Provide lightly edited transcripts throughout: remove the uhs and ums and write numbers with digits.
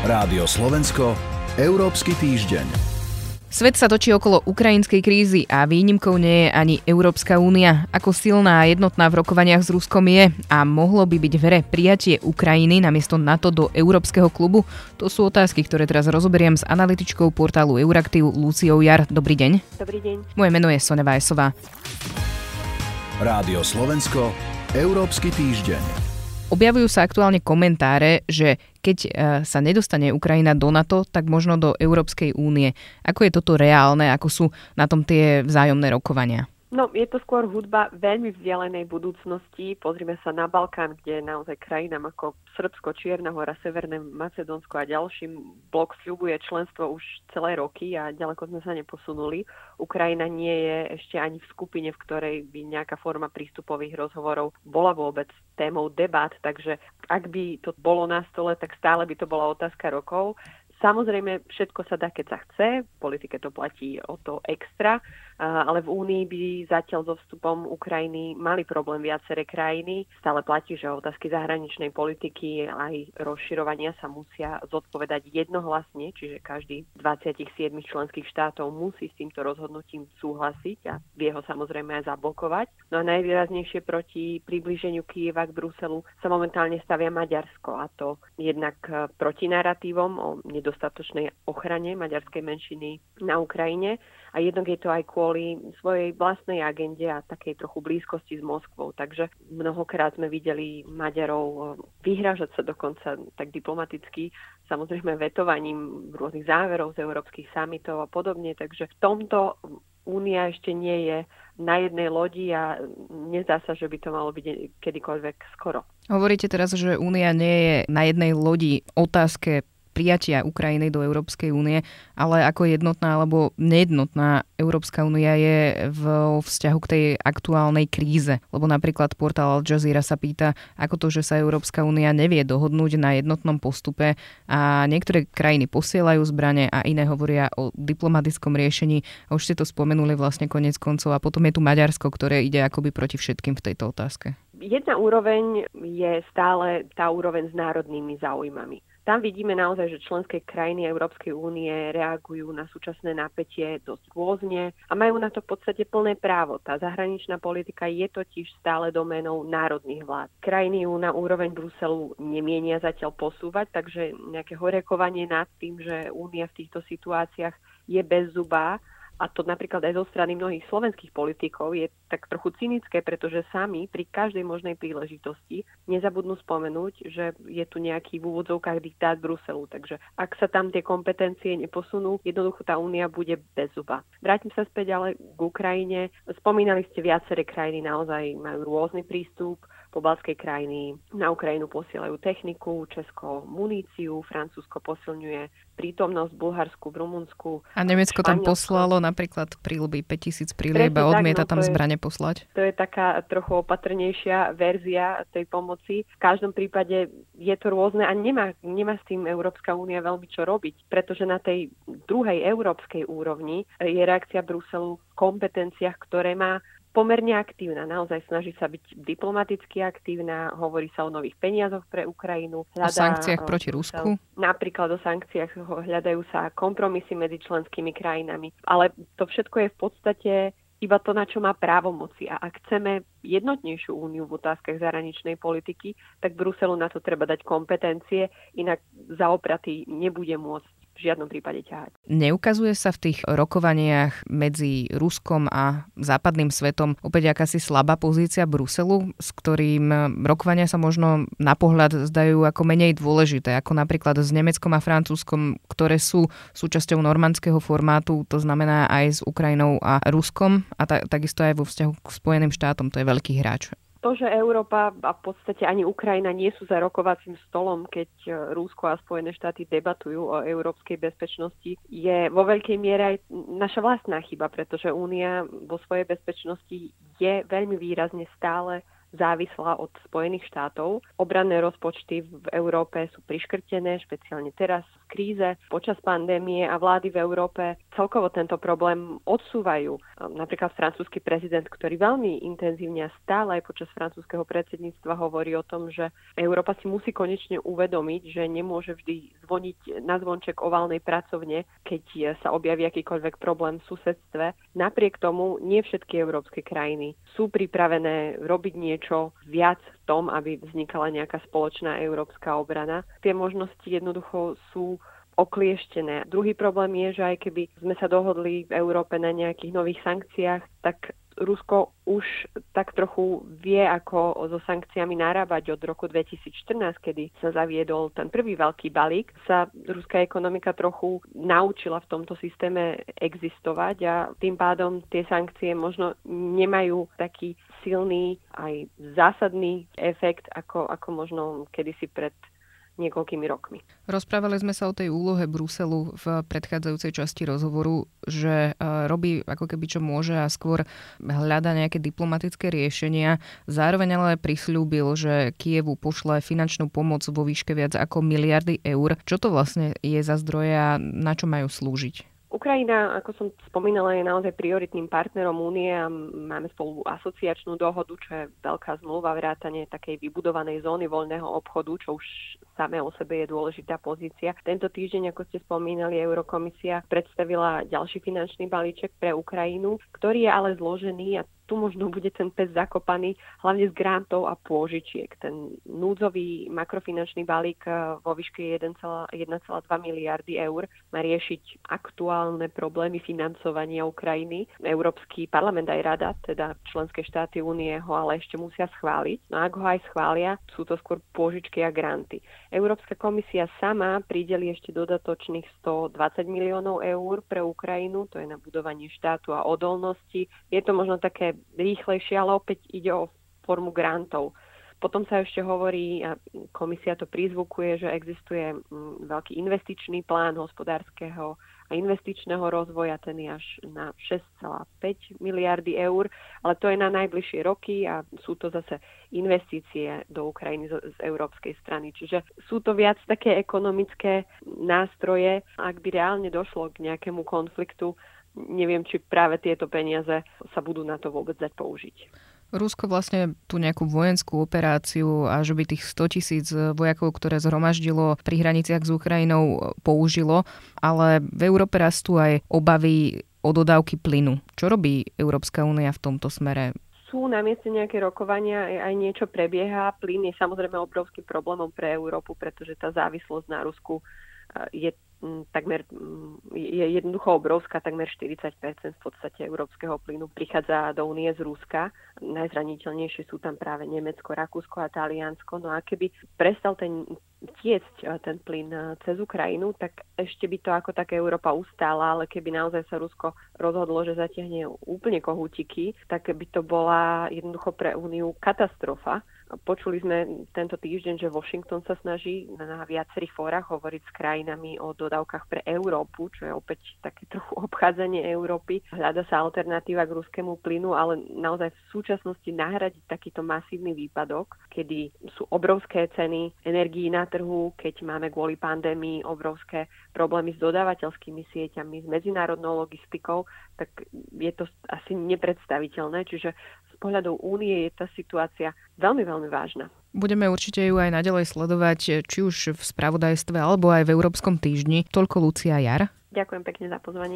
Rádio Slovensko, Európsky týždeň. Svet sa točí okolo ukrajinskej krízy a výnimkou nie je ani Európska únia. Ako silná a jednotná v rokovaniach s Ruskom je a mohlo by byť v hre prijatie Ukrajiny namiesto NATO do Európskeho klubu? To sú otázky, ktoré teraz rozoberiem s analytičkou portálu Euraktiv Luciou Jar. Dobrý deň. Dobrý deň. Moje meno je Sonja Vajsová. Rádio Slovensko, Európsky týždeň. Objavujú sa aktuálne komentáre, že keď sa nedostane Ukrajina do NATO, tak možno do Európskej únie. Ako je toto reálne? Ako sú na tom tie vzájomné rokovania? No, je to skôr hudba veľmi vzdialenej budúcnosti. Pozrime sa na Balkán, kde naozaj krajinám ako Srbsko, Čierna Hora, Severné Macedónsko a ďalším blok sľubuje členstvo už celé roky a ďaleko sme sa neposunuli. Ukrajina nie je ešte ani v skupine, v ktorej by nejaká forma prístupových rozhovorov bola vôbec témou debát, takže ak by to bolo na stole, tak stále by to bola otázka rokov. Samozrejme, všetko sa dá, keď sa chce. V politike to platí o to extra, ale v Únii by zatiaľ so vstupom Ukrajiny mali problém viaceré krajiny. Stále platí, že otázky zahraničnej politiky aj rozširovania sa musia zodpovedať jednohlasne, čiže každý 27 členských štátov musí s týmto rozhodnutím súhlasiť a vie ho samozrejme aj zablokovať. No a najvýraznejšie proti priblíženiu Kyjeva k Bruselu sa momentálne stavia Maďarsko, a to jednak proti naratívom o nedostatočnej ochrane maďarskej menšiny na Ukrajine a jednak je to aj kvôli svojej vlastnej agende a takej trochu blízkosti s Moskvou. Takže mnohokrát sme videli Maďarov vyhrážať sa dokonca tak diplomaticky, samozrejme vetovaním rôznych záverov z európskych samitov a podobne. Takže v tomto Únia ešte nie je na jednej lodi a nezdá sa, že by to malo byť kedykoľvek skoro. Hovoríte teraz, že Únia nie je na jednej lodi otázke prijatia Ukrajiny do Európskej únie, ale ako jednotná alebo nejednotná Európska únia je vo vzťahu k tej aktuálnej kríze. Lebo napríklad portál Al Jazeera sa pýta, ako to, že sa Európska únia nevie dohodnúť na jednotnom postupe a niektoré krajiny posielajú zbrane a iné hovoria o diplomatickom riešení. A už ste to spomenuli vlastne koniec koncov a potom je tu Maďarsko, ktoré ide akoby proti všetkým v tejto otázke. Jedna úroveň je stále tá úroveň s národnými záujmami. Tam vidíme naozaj, že členské krajiny Európskej únie reagujú na súčasné napätie dosť rôzne a majú na to v podstate plné právo. Tá zahraničná politika je totiž stále doménou národných vlád. Krajiny ju na úroveň Bruselu nemienia zatiaľ posúvať, takže nejaké horekovanie nad tým, že únia v týchto situáciách je bezzubá, a to napríklad aj zo strany mnohých slovenských politikov je tak trochu cynické, pretože sami pri každej možnej príležitosti nezabudnú spomenúť, že je tu nejaký v úvodzovkách diktát Bruselu. Takže ak sa tam tie kompetencie neposunú, jednoducho tá únia bude bezzuba. Vrátim sa späť ale k Ukrajine. Spomínali ste, viaceré krajiny naozaj majú rôzny prístup. Pobaltské krajiny na Ukrajinu posielajú techniku, Česko muníciu, Francúzsko posilňuje prítomnosť v Bulharsku, v Rumunsku. A Nemecko tam poslalo napríklad príľuby 5000 prílieb a odmieta tam zbrane poslať. To je taká trochu opatrnejšia verzia tej pomoci. V každom prípade je to rôzne a nemá s tým Európska únia veľmi čo robiť, pretože na tej druhej európskej úrovni je reakcia Bruselu v kompetenciách, ktoré má pomerne aktívna, naozaj snaží sa byť diplomaticky aktívna, hovorí sa o nových peniazoch pre Ukrajinu. O sankciách proti Rusku? Napríklad o sankciách hľadajú sa kompromisy medzi členskými krajinami. Ale to všetko je v podstate iba to, na čo má právomoci. A ak chceme jednotnejšiu úniu v otázkach zahraničnej politiky, tak Bruselu na to treba dať kompetencie, inak za opraty nebude môcť v žiadnom prípade ťahať. Neukazuje sa v tých rokovaniach medzi Ruskom a západným svetom opäť akási slabá pozícia Bruselu, s ktorým rokovania sa možno na pohľad zdajú ako menej dôležité, ako napríklad s Nemeckom a Francúzskom, ktoré sú súčasťou normandského formátu, to znamená aj s Ukrajinou a Ruskom a takisto aj vo vzťahu k Spojeným štátom, to je veľký hráč. To, že Európa a v podstate ani Ukrajina nie sú za rokovacím stolom, keď Rusko a Spojené štáty debatujú o európskej bezpečnosti, je vo veľkej miere aj naša vlastná chyba, pretože Únia vo svojej bezpečnosti je veľmi výrazne stále závislá od Spojených štátov. Obranné rozpočty v Európe sú priškrtené, špeciálne teraz v kríze, počas pandémie a vlády v Európe celkovo tento problém odsúvajú. Napríklad francúzsky prezident, ktorý veľmi intenzívne a stále aj počas francúzskeho predsedníctva hovorí o tom, že Európa si musí konečne uvedomiť, že nemôže vždy zvoniť na zvonček oválnej pracovne, keď sa objaví akýkoľvek problém v susedstve. Napriek tomu nie všetky európske krajiny sú pripravené robiť niečo viac v tom, aby vznikala nejaká spoločná európska obrana. Tie možnosti jednoducho sú oklieštené. Druhý problém je, že aj keby sme sa dohodli v Európe na nejakých nových sankciách, tak Rusko už tak trochu vie, ako so sankciami narábať. Od roku 2014, kedy sa zaviedol ten prvý veľký balík, sa ruská ekonomika trochu naučila v tomto systéme existovať a tým pádom tie sankcie možno nemajú taký silný aj zásadný efekt, ako možno kedysi pred niekoľkými rokmi. Rozprávali sme sa o tej úlohe Bruselu v predchádzajúcej časti rozhovoru, že robí ako keby čo môže a skôr hľada nejaké diplomatické riešenia. Zároveň ale prisľúbil, že Kyjevu pošle finančnú pomoc vo výške viac ako miliardy eur. Čo to vlastne je za zdroje a na čo majú slúžiť? Ukrajina, ako som spomínala, je naozaj prioritným partnerom Únie a máme spolu asociačnú dohodu, čo je veľká zmluva, vrátane takej vybudovanej zóny voľného obchodu, čo už samé o sebe je dôležitá pozícia. Tento týždeň, ako ste spomínali, Eurokomisia predstavila ďalší finančný balíček pre Ukrajinu, ktorý je ale zložený a tu možno bude ten pes zakopaný hlavne z grantov a pôžičiek. Ten núdzový makrofinančný balík vo výške 1,2 miliardy eur má riešiť aktuálne problémy financovania Ukrajiny. Európsky parlament aj rada, teda členské štáty Únie ho ale ešte musia schváliť. No ak ho aj schvália, sú to skôr pôžičky a granty. Európska komisia sama prideli ešte dodatočných 120 miliónov eur pre Ukrajinu, to je na budovanie štátu a odolnosti. Je to možno také rýchlejšie, ale opäť ide o formu grantov. Potom sa ešte hovorí, a komisia to prizvukuje, že existuje veľký investičný plán hospodárskeho a investičného rozvoja, ten je až na 6,5 miliardy eur, ale to je na najbližšie roky a sú to zase investície do Ukrajiny z európskej strany. Čiže sú to viac také ekonomické nástroje. Ak by reálne došlo k nejakému konfliktu, neviem, či práve tieto peniaze sa budú na to vôbec dať použiť. Rusko vlastne tú nejakú vojenskú operáciu a že by tých 100 000 vojakov, ktoré zhromaždilo pri hraniciach s Ukrajinou, použilo, ale v Európe rastú aj obavy o dodávky plynu. Čo robí Európska únia v tomto smere? Sú na mieste nejaké rokovania, aj niečo prebieha. Plyn je samozrejme obrovským problémom pre Európu, pretože tá závislosť na Rusku je jednoducho obrovská, takmer 40% v podstate európskeho plynu prichádza do Únie z Ruska. Najzraniteľnejšie sú tam práve Nemecko, Rakúsko a Taliansko. No a keby prestal tiecť ten plyn cez Ukrajinu, tak ešte by to ako tak Európa ustála, ale keby naozaj sa Rusko rozhodlo, že zatiahne úplne kohútiky, tak by to bola jednoducho pre Úniu katastrofa. Počuli sme tento týždeň, že Washington sa snaží na viacerých fórach hovoriť s krajinami o dodávkach pre Európu, čo je opäť také trochu obchádzanie Európy. Hľada sa alternatíva k ruskému plynu, ale naozaj v súčasnosti nahradiť takýto masívny výpadok, kedy sú obrovské ceny energií na trhu, keď máme kvôli pandémii obrovské problémy s dodávateľskými sieťami, s medzinárodnou logistikou, tak je to asi nepredstaviteľné. Čiže z pohľadu Únie je tá situácia veľmi, veľmi vážna. Budeme určite ju aj naďalej sledovať, či už v spravodajstve, alebo aj v Európskom týždni. Toľko Lucia Jar. Ďakujem pekne za pozvanie.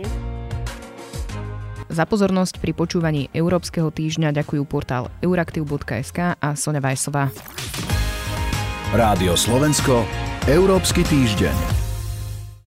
Za pozornosť pri počúvaní Európskeho týždňa ďakujú portál euraktiv.sk a Soňa Vajsová. Rádio Slovensko, Európsky týždeň.